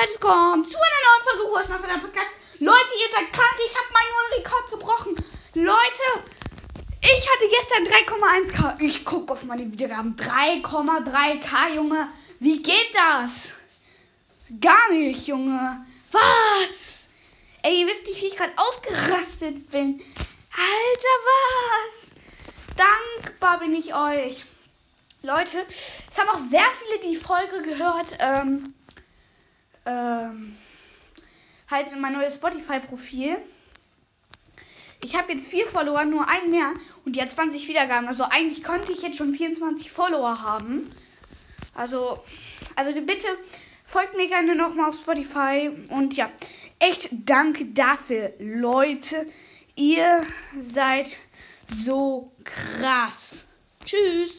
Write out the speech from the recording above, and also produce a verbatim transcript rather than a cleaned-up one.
herzlich willkommen zu einer neuen Folge Ruhe für den Podcast. Leute, ihr seid krank, ich habe meinen neuen Rekord gebrochen. Leute, ich hatte gestern drei Komma eins K. Ich gucke auf meine Wiedergaben. drei Komma drei K, Junge. Wie geht das? Gar nicht, Junge. Was? Ey, ihr wisst nicht, wie ich gerade ausgerastet bin. Alter, was? Dankbar bin ich euch. Leute, es haben auch sehr viele die Folge gehört, ähm, ähm, halt mein neues Spotify-Profil. Ich habe jetzt vier Follower, nur einen mehr und die hat zwanzig Wiedergaben. Also eigentlich könnte ich jetzt schon vierundzwanzig Follower haben. Also, also bitte folgt mir gerne nochmal auf Spotify. Und ja, echt danke dafür, Leute. Ihr seid so krass. Tschüss.